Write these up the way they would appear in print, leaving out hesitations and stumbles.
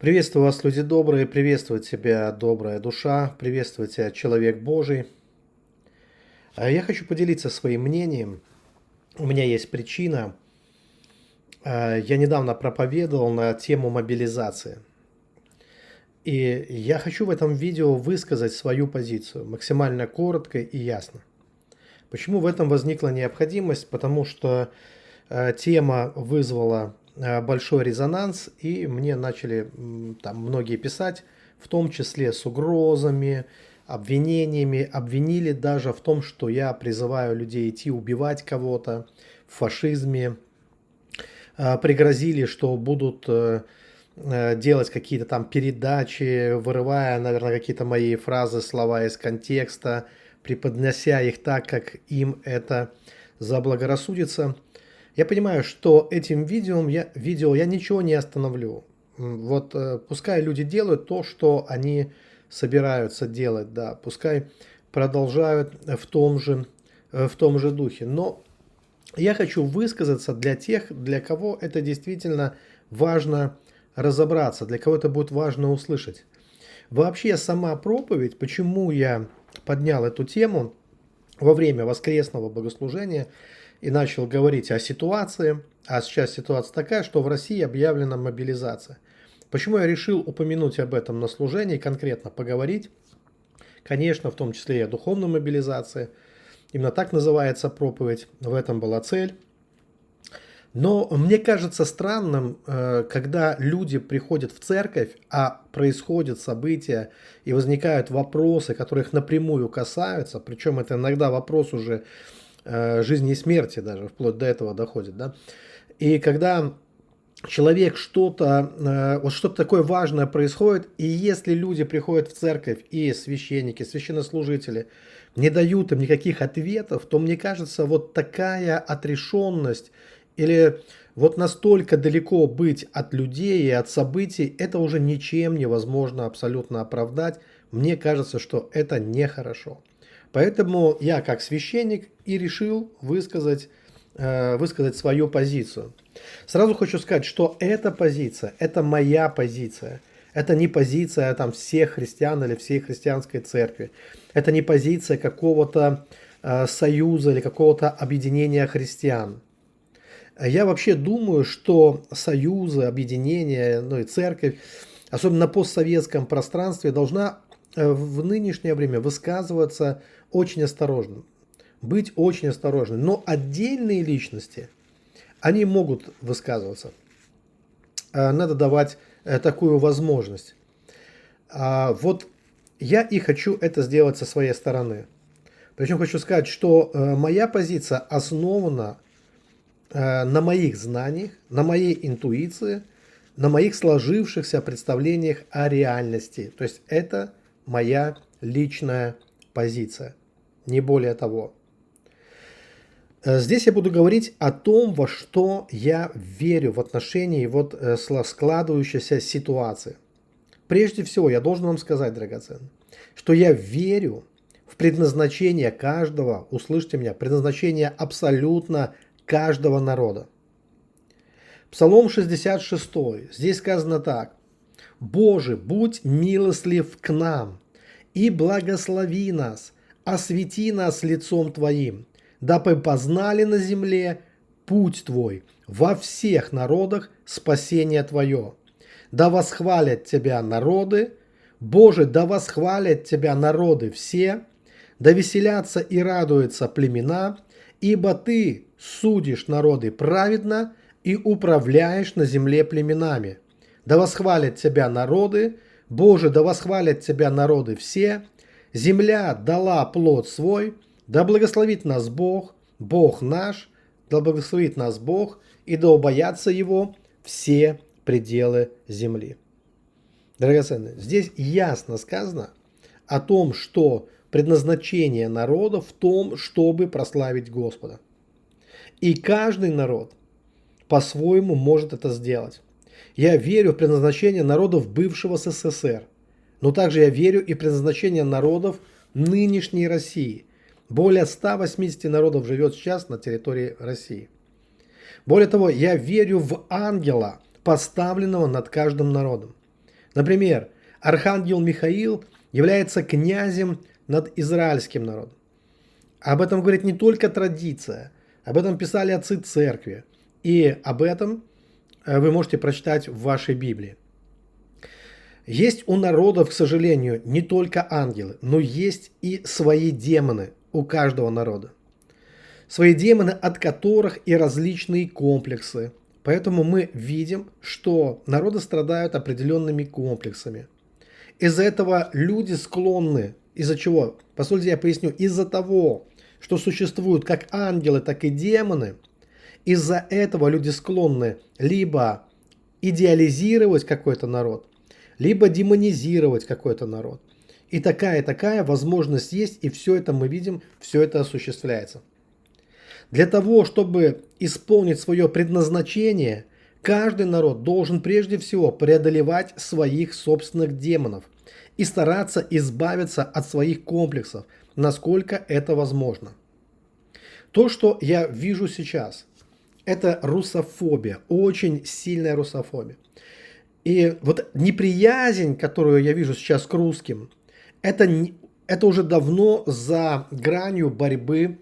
Приветствую вас, люди добрые, приветствует тебя добрая душа, приветствует тебя человек Божий. Я хочу поделиться своим мнением. У меня есть причина. Я недавно проповедовал на тему мобилизации. И я хочу в этом видео высказать свою позицию максимально коротко и ясно. Почему в этом возникла необходимость? Потому что тема вызвала большой резонанс, и мне начали там многие писать, в том числе с угрозами, обвинениями, обвинили даже в том, что я призываю людей идти убивать кого-то в фашизме, пригрозили, что будут делать какие-то там передачи, вырывая, наверное, какие-то мои фразы, слова из контекста, преподнося их так, как им это заблагорассудится. Я понимаю, что этим видео я ничего не остановлю. Вот пускай люди делают то, что они собираются делать, да, пускай продолжают в том же духе. Но я хочу высказаться для тех, для кого это действительно важно разобраться, для кого это будет важно услышать. Вообще сама проповедь, почему я поднял эту тему во время воскресного богослужения и начал говорить о ситуации, а сейчас ситуация такая, что в России объявлена мобилизация. Почему я решил упомянуть об этом на служении, конкретно поговорить? Конечно, в том числе и о духовной мобилизации. Именно так называется проповедь, в этом была цель. Но мне кажется странным, когда люди приходят в церковь, а происходят события и возникают вопросы, которых напрямую касаются, причем это иногда вопрос уже жизни и смерти даже, вплоть до этого доходит, да. И когда человек вот что-то такое важное происходит, и если люди приходят в церковь, и священники, священнослужители не дают им никаких ответов, то мне кажется, вот такая отрешенность или вот настолько далеко быть от людей и от событий, это уже ничем невозможно абсолютно оправдать. Мне кажется, что это нехорошо. Поэтому я как священник и решил высказать свою позицию. Сразу хочу сказать, что эта позиция, это моя позиция. Это не позиция там всех христиан или всей христианской церкви. Это не позиция какого-то союза или какого-то объединения христиан. Я вообще думаю, что союзы, объединения, ну и церковь, особенно на постсоветском пространстве, должна в нынешнее время высказываться очень осторожно, быть очень осторожным. Но отдельные личности, они могут высказываться. Надо давать такую возможность. Вот я и хочу это сделать со своей стороны. Причем хочу сказать, что моя позиция основана на моих знаниях, на моей интуиции, на моих сложившихся представлениях о реальности. То есть это моя личная позиция, не более того. Здесь я буду говорить о том, во что я верю в отношении вот складывающейся ситуации. Прежде всего, я должен вам сказать, драгоценный, что я верю в предназначение каждого, услышьте меня, предназначение абсолютно каждого народа. Псалом 66, здесь сказано так. «Боже, будь милостлив к нам и благослови нас, освети нас лицом Твоим, дабы познали на земле путь Твой, во всех народах спасение Твое. Да восхвалят Тебя народы, Боже, да восхвалят Тебя народы все, да веселятся и радуются племена, ибо Ты судишь народы праведно и управляешь на земле племенами. Да восхвалят Тебя народы, Боже, да восхвалят Тебя народы все, земля дала плод свой, да благословит нас Бог, Бог наш, да благословит нас Бог, и да убоятся Его все пределы земли». Драгоценные, здесь ясно сказано о том, что предназначение народа в том, чтобы прославить Господа. И каждый народ по-своему может это сделать. Я верю в предназначение народов бывшего СССР, но также я верю и в предназначение народов нынешней России. Более 180 народов живет сейчас на территории России. Более того, я верю в ангела, поставленного над каждым народом. Например, архангел Михаил является князем над израильским народом. Об этом говорит не только традиция, об этом писали отцы церкви. И об этом вы можете прочитать в вашей Библии. Есть у народов, к сожалению, не только ангелы, но есть и свои демоны у каждого народа. Свои демоны, от которых и различные комплексы. Поэтому мы видим, что народы страдают определенными комплексами. Из-за этого люди склонны, из-за чего? Позвольте я поясню, из-за того, что существуют как ангелы, так и демоны, из-за этого люди склонны либо идеализировать какой-то народ, либо демонизировать какой-то народ. И такая возможность есть, и все это мы видим, все это осуществляется. Для того, чтобы исполнить свое предназначение, каждый народ должен прежде всего преодолевать своих собственных демонов и стараться избавиться от своих комплексов, насколько это возможно. То, что я вижу сейчас, это русофобия, очень сильная русофобия. И вот неприязнь, которую я вижу сейчас к русским, это уже давно за гранью борьбы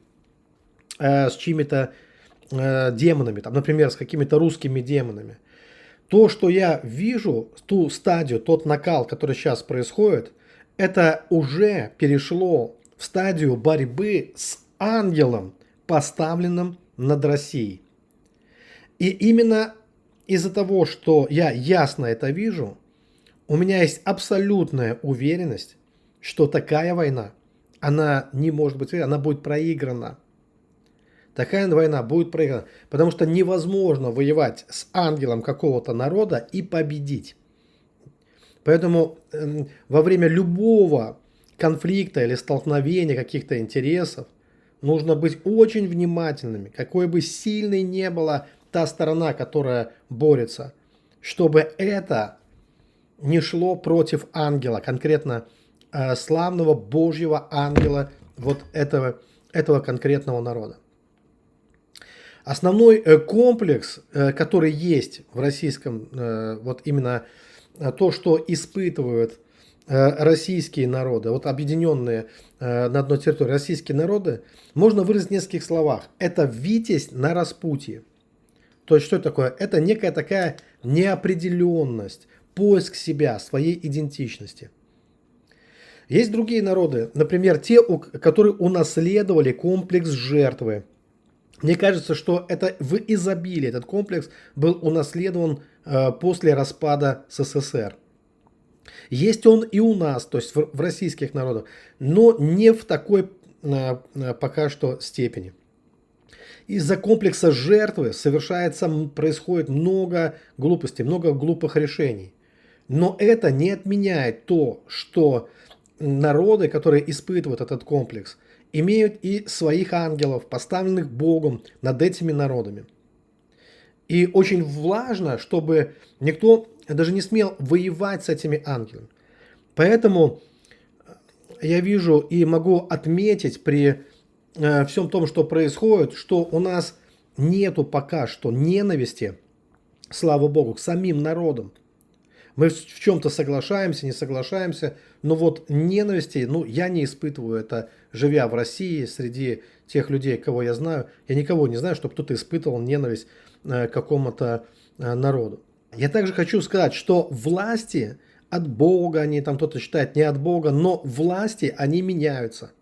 с чьими-то демонами, там, например, с какими-то русскими демонами. То, что я вижу, ту стадию, тот накал, который сейчас происходит, это уже перешло в стадию борьбы с ангелом, поставленным над Россией. И именно из-за того, что я ясно это вижу, у меня есть абсолютная уверенность, что такая война, она не может быть, она будет проиграна. Такая война будет проиграна, потому что невозможно воевать с ангелом какого-то народа и победить. Поэтому во время любого конфликта или столкновения каких-то интересов нужно быть очень внимательными, какой бы сильной не была та сторона, которая борется, чтобы это не шло против ангела, конкретно славного Божьего ангела вот этого конкретного народа. Основной комплекс, который есть в российском, вот именно то, что испытывают российские народы, вот объединенные на одной территории российские народы, можно выразить в нескольких словах. Это витязь на распутье. То есть что это такое? Это некая такая неопределенность, поиск себя, своей идентичности. Есть другие народы, например, те, которые унаследовали комплекс жертвы. Мне кажется, что это в изобилии, этот комплекс был унаследован после распада СССР. Есть он и у нас, то есть в российских народах, но не в такой пока что степени. Из-за комплекса жертвы происходит много глупостей, много глупых решений. Но это не отменяет то, что народы, которые испытывают этот комплекс, имеют и своих ангелов, поставленных Богом над этими народами. И очень важно, чтобы никто даже не смел воевать с этими ангелами. Поэтому я вижу и могу отметить при всем том, что происходит, что у нас нету пока что ненависти, слава Богу, к самим народам. Мы в чем-то соглашаемся, не соглашаемся, но вот ненависти, я не испытываю это, живя в России, среди тех людей, кого я знаю. Я никого не знаю, чтобы кто-то испытывал ненависть к какому-то народу. Я также хочу сказать, что власти от Бога, они там кто-то считает не от Бога, но власти, они меняются.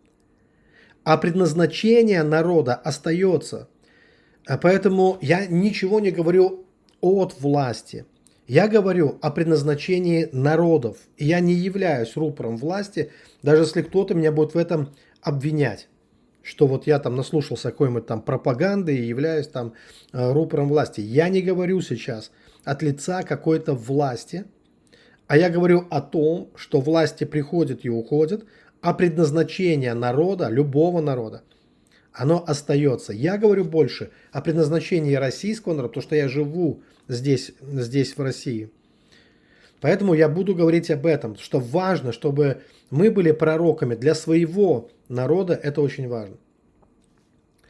А предназначение народа остается. Поэтому я ничего не говорю от власти. Я говорю о предназначении народов. И я не являюсь рупором власти, даже если кто-то меня будет в этом обвинять. Что вот я там наслушался какой-нибудь там пропаганды и являюсь там рупором власти. Я не говорю сейчас от лица какой-то власти, а я говорю о том, что власти приходят и уходят, а предназначение народа, любого народа, оно остается. Я говорю больше о предназначении российского народа, потому что я живу здесь в России. Поэтому я буду говорить об этом, что важно, чтобы мы были пророками для своего народа, это очень важно.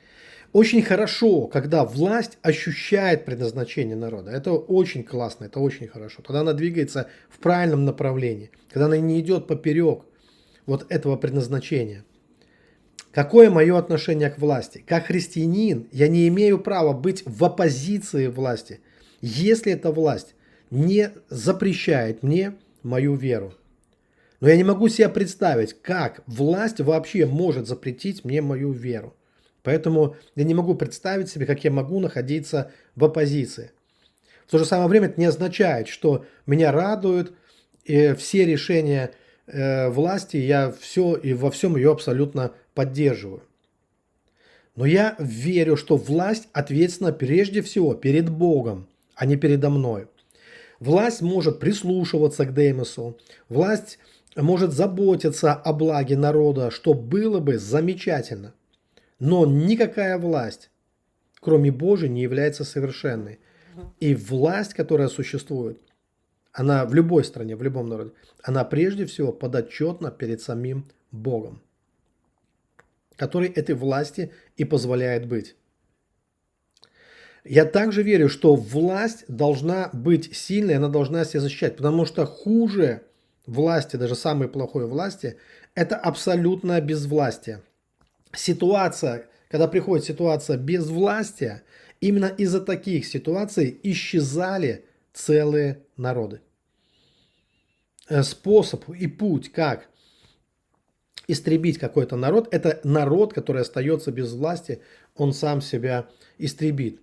Очень хорошо, когда власть ощущает предназначение народа. Это очень классно, это очень хорошо. Тогда она двигается в правильном направлении, когда она не идет поперек вот этого предназначения. Какое мое отношение к власти? Как христианин я не имею права быть в оппозиции власти, если эта власть не запрещает мне мою веру. Но я не могу себе представить, как власть вообще может запретить мне мою веру. Поэтому я не могу представить себе, как я могу находиться в оппозиции. В то же самое время это не означает, что меня радуют все решения власти, я все и во всем ее абсолютно поддерживаю. Но я верю, что власть ответственна прежде всего перед Богом, а не передо мной. Власть может прислушиваться к Демосу, власть может заботиться о благе народа, что было бы замечательно. Но никакая власть, кроме Божией, не является совершенной. И власть, которая существует, она в любой стране, в любом народе, она прежде всего подотчетна перед самим Богом, который этой власти и позволяет быть. Я также верю, что власть должна быть сильной, она должна себя защищать, потому что хуже власти, даже самой плохой власти, это абсолютное безвластие. Ситуация, когда приходит ситуация безвластия, именно из-за таких ситуаций исчезали целые народы. Способ и путь, как истребить какой-то народ, это народ, который остается без власти, он сам себя истребит.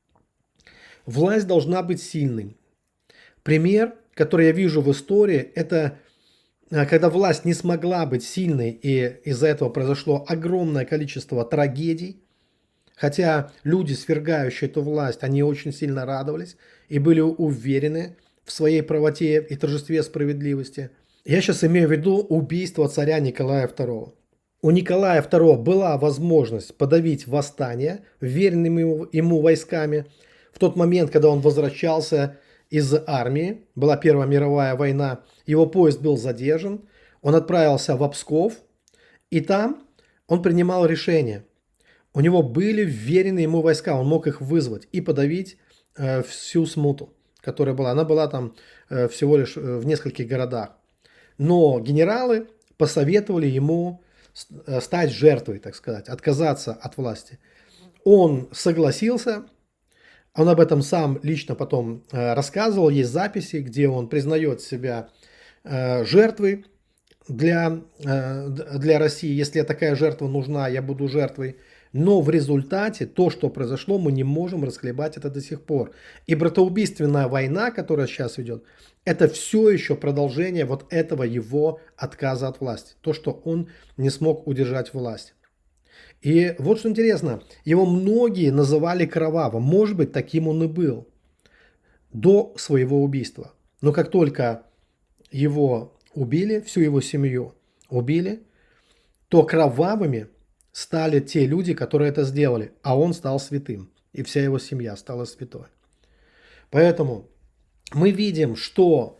Власть должна быть сильной. Пример, который я вижу в истории, это когда власть не смогла быть сильной, и из-за этого произошло огромное количество трагедий, хотя люди, свергающие эту власть, они очень сильно радовались и были уверены в своей правоте и торжестве справедливости. Я сейчас имею в виду убийство царя Николая II. У Николая II была возможность подавить восстание веренными ему войсками. В тот момент, когда он возвращался из армии, была Первая мировая война, его поезд был задержан, он отправился в Псков, и там он принимал решение. У него были вверены ему войска, он мог их вызвать и подавить всю смуту, которая была. Она была там всего лишь в нескольких городах. Но генералы посоветовали ему стать жертвой, так сказать, отказаться от власти. Он согласился. Он об этом сам лично потом рассказывал. Есть записи, где он признает себя жертвой для России. Если такая жертва нужна, я буду жертвой. Но в результате то, что произошло, мы не можем расхлебать это до сих пор. И братоубийственная война, которая сейчас идет, это все еще продолжение вот этого его отказа от власти. То, что он не смог удержать власть. И вот что интересно, его многие называли кровавым. Может быть, таким он и был до своего убийства. Но как только его убили, всю его семью убили, то кровавыми стали те люди, которые это сделали. А он стал святым. И вся его семья стала святой. Поэтому мы видим, что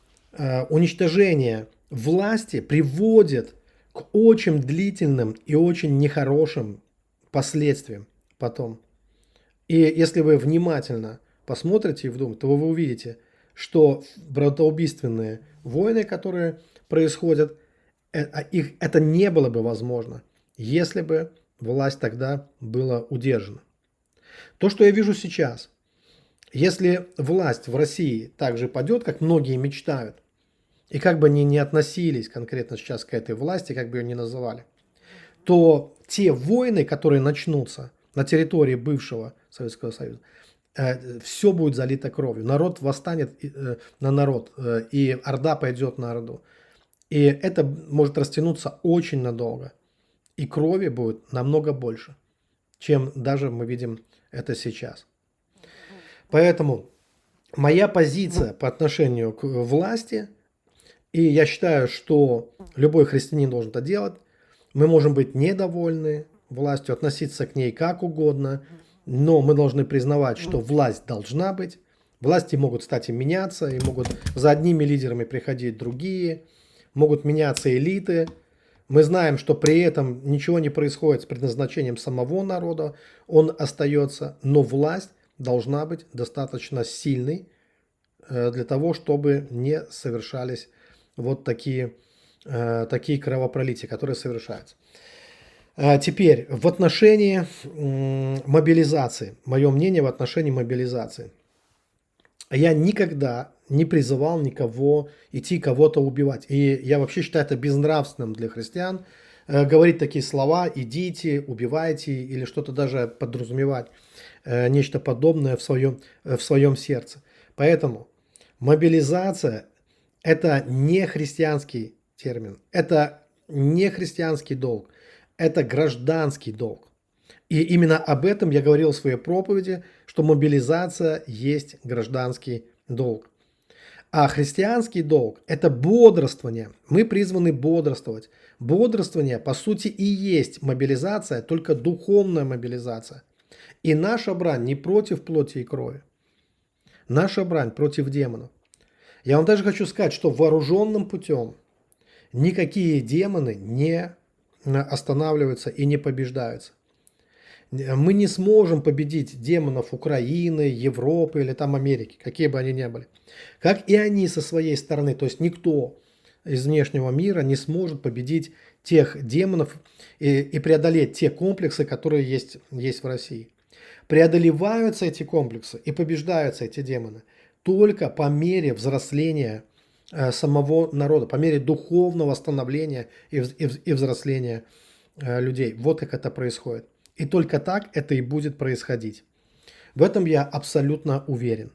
уничтожение власти приводит к очень длительным и очень нехорошим последствиям потом. И если вы внимательно посмотрите и вдумаете, то вы увидите, что братоубийственные войны, которые происходят, это не было бы возможно, если бы власть тогда была удержана. То, что я вижу сейчас, если власть в России также падет, как многие мечтают, и как бы они ни относились конкретно сейчас к этой власти, как бы ее ни называли, то те войны, которые начнутся на территории бывшего Советского Союза, все будет залито кровью. Народ восстанет на народ, и орда пойдет на орду. И это может растянуться очень надолго. И крови будет намного больше, чем даже мы видим это сейчас. Поэтому моя позиция по отношению к власти, и я считаю, что любой христианин должен это делать, мы можем быть недовольны властью, относиться к ней как угодно, но мы должны признавать, что власть должна быть. Власти могут, кстати, меняться, и могут за одними лидерами приходить другие, могут меняться элиты, Мы знаем, что при этом ничего не происходит с предназначением самого народа, он остается, но власть должна быть достаточно сильной для того, чтобы не совершались вот такие кровопролития, которые совершаются. Теперь в отношении мобилизации, мое мнение в отношении мобилизации. Я никогда не призывал никого идти кого-то убивать. И я вообще считаю это безнравственным для христиан говорить такие слова: идите, убивайте, или что-то даже подразумевать нечто подобное в своем сердце. Поэтому мобилизация – это не христианский термин, это не христианский долг, это гражданский долг. И именно об этом я говорил в своей проповеди, что мобилизация есть гражданский долг. А христианский долг – это бодрствование. Мы призваны бодрствовать. Бодрствование, по сути, и есть мобилизация, только духовная мобилизация. И наша брань не против плоти и крови. Наша брань против демонов. Я вам даже хочу сказать, что вооруженным путем никакие демоны не останавливаются и не побеждаются. Мы не сможем победить демонов Украины, Европы или там Америки, какие бы они ни были. Как и они со своей стороны, то есть никто из внешнего мира не сможет победить тех демонов и преодолеть те комплексы, которые есть в России. Преодолеваются эти комплексы и побеждаются эти демоны только по мере взросления самого народа, по мере духовного становления и взросления людей. Вот как это происходит. И только так это и будет происходить. В этом я абсолютно уверен.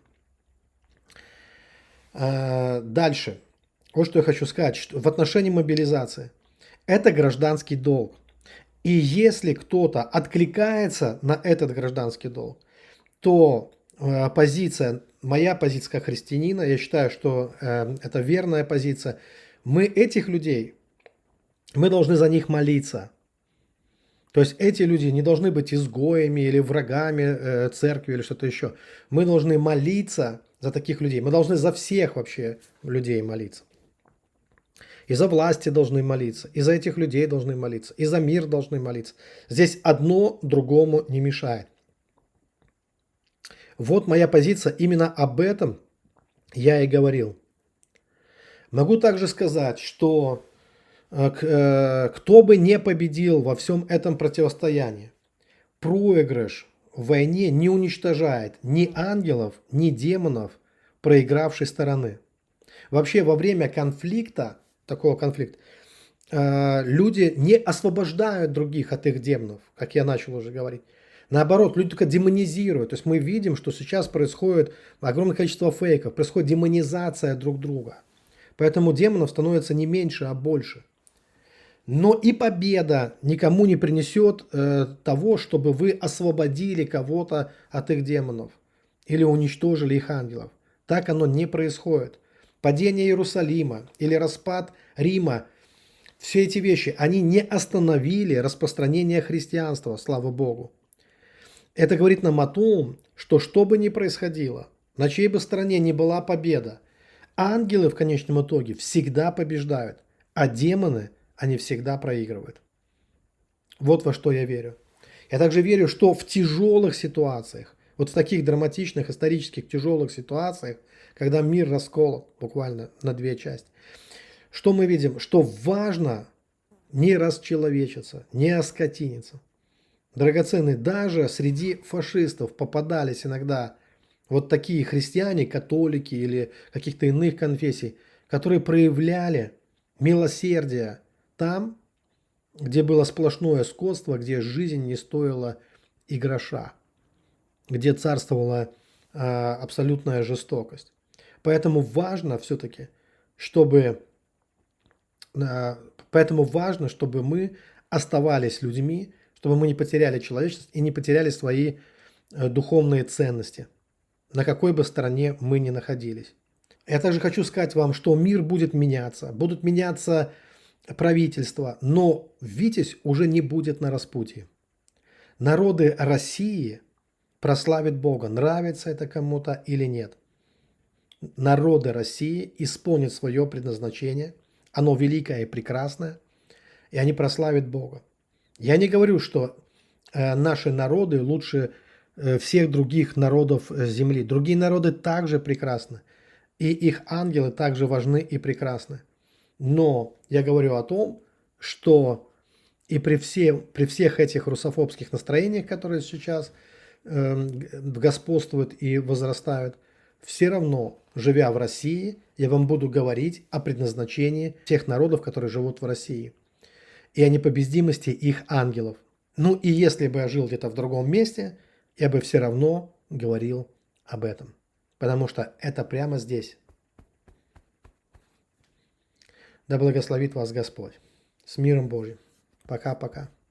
Дальше. Вот что я хочу сказать. Что в отношении мобилизации. Это гражданский долг. И если кто-то откликается на этот гражданский долг, то моя позиция как христианина, я считаю, что это верная позиция. Этих людей, мы должны за них молиться. То есть эти люди не должны быть изгоями или врагами церкви или что-то еще. Мы должны молиться за таких людей. Мы должны за всех вообще людей молиться. И за власти должны молиться, и за этих людей должны молиться, и за мир должны молиться. Здесь одно другому не мешает. Вот моя позиция, именно об этом я и говорил. Могу также сказать, что кто бы не победил во всем этом противостоянии, проигрыш в войне не уничтожает ни ангелов, ни демонов проигравшей стороны. Вообще во время конфликта, такого конфликта, люди не освобождают других от их демонов, как я начал уже говорить. Наоборот, люди только демонизируют. То есть мы видим, что сейчас происходит огромное количество фейков, происходит демонизация друг друга. Поэтому демонов становится не меньше, а больше. Но и победа никому не принесет того, чтобы вы освободили кого-то от их демонов или уничтожили их ангелов. Так оно не происходит. Падение Иерусалима или распад Рима, все эти вещи, они не остановили распространение христианства, слава Богу. Это говорит нам о том, что бы ни происходило, на чьей бы стороне ни была победа, ангелы в конечном итоге всегда побеждают, а демоны, они всегда проигрывают. Вот во что я верю. Я также верю, что в тяжелых ситуациях, вот в таких драматичных, исторических тяжелых ситуациях, когда мир расколот буквально на две части, что мы видим? Что важно не расчеловечиться, не оскотиниться. Драгоценные, даже среди фашистов попадались иногда вот такие христиане, католики или каких-то иных конфессий, которые проявляли милосердие там, где было сплошное скотство, где жизнь не стоила и гроша, где царствовала абсолютная жестокость. Поэтому важно все-таки, чтобы мы оставались людьми, чтобы мы не потеряли человечность и не потеряли свои духовные ценности, на какой бы стороне мы ни находились. Я также хочу сказать вам, что мир будет меняться, будут меняться правительства, но Витязь уже не будет на распутье. Народы России прославят Бога, нравится это кому-то или нет. Народы России исполнят свое предназначение, оно великое и прекрасное, и они прославят Бога. Я не говорю, что наши народы лучше всех других народов земли. Другие народы также прекрасны, и их ангелы также важны и прекрасны. Но я говорю о том, что и при всех этих русофобских настроениях, которые сейчас господствуют и возрастают, все равно, живя в России, я вам буду говорить о предназначении тех народов, которые живут в России, и о непобедимости их ангелов. Ну и если бы я жил где-то в другом месте, я бы все равно говорил об этом, потому что это прямо здесь. Да благословит вас Господь. С миром Божьим. Пока-пока.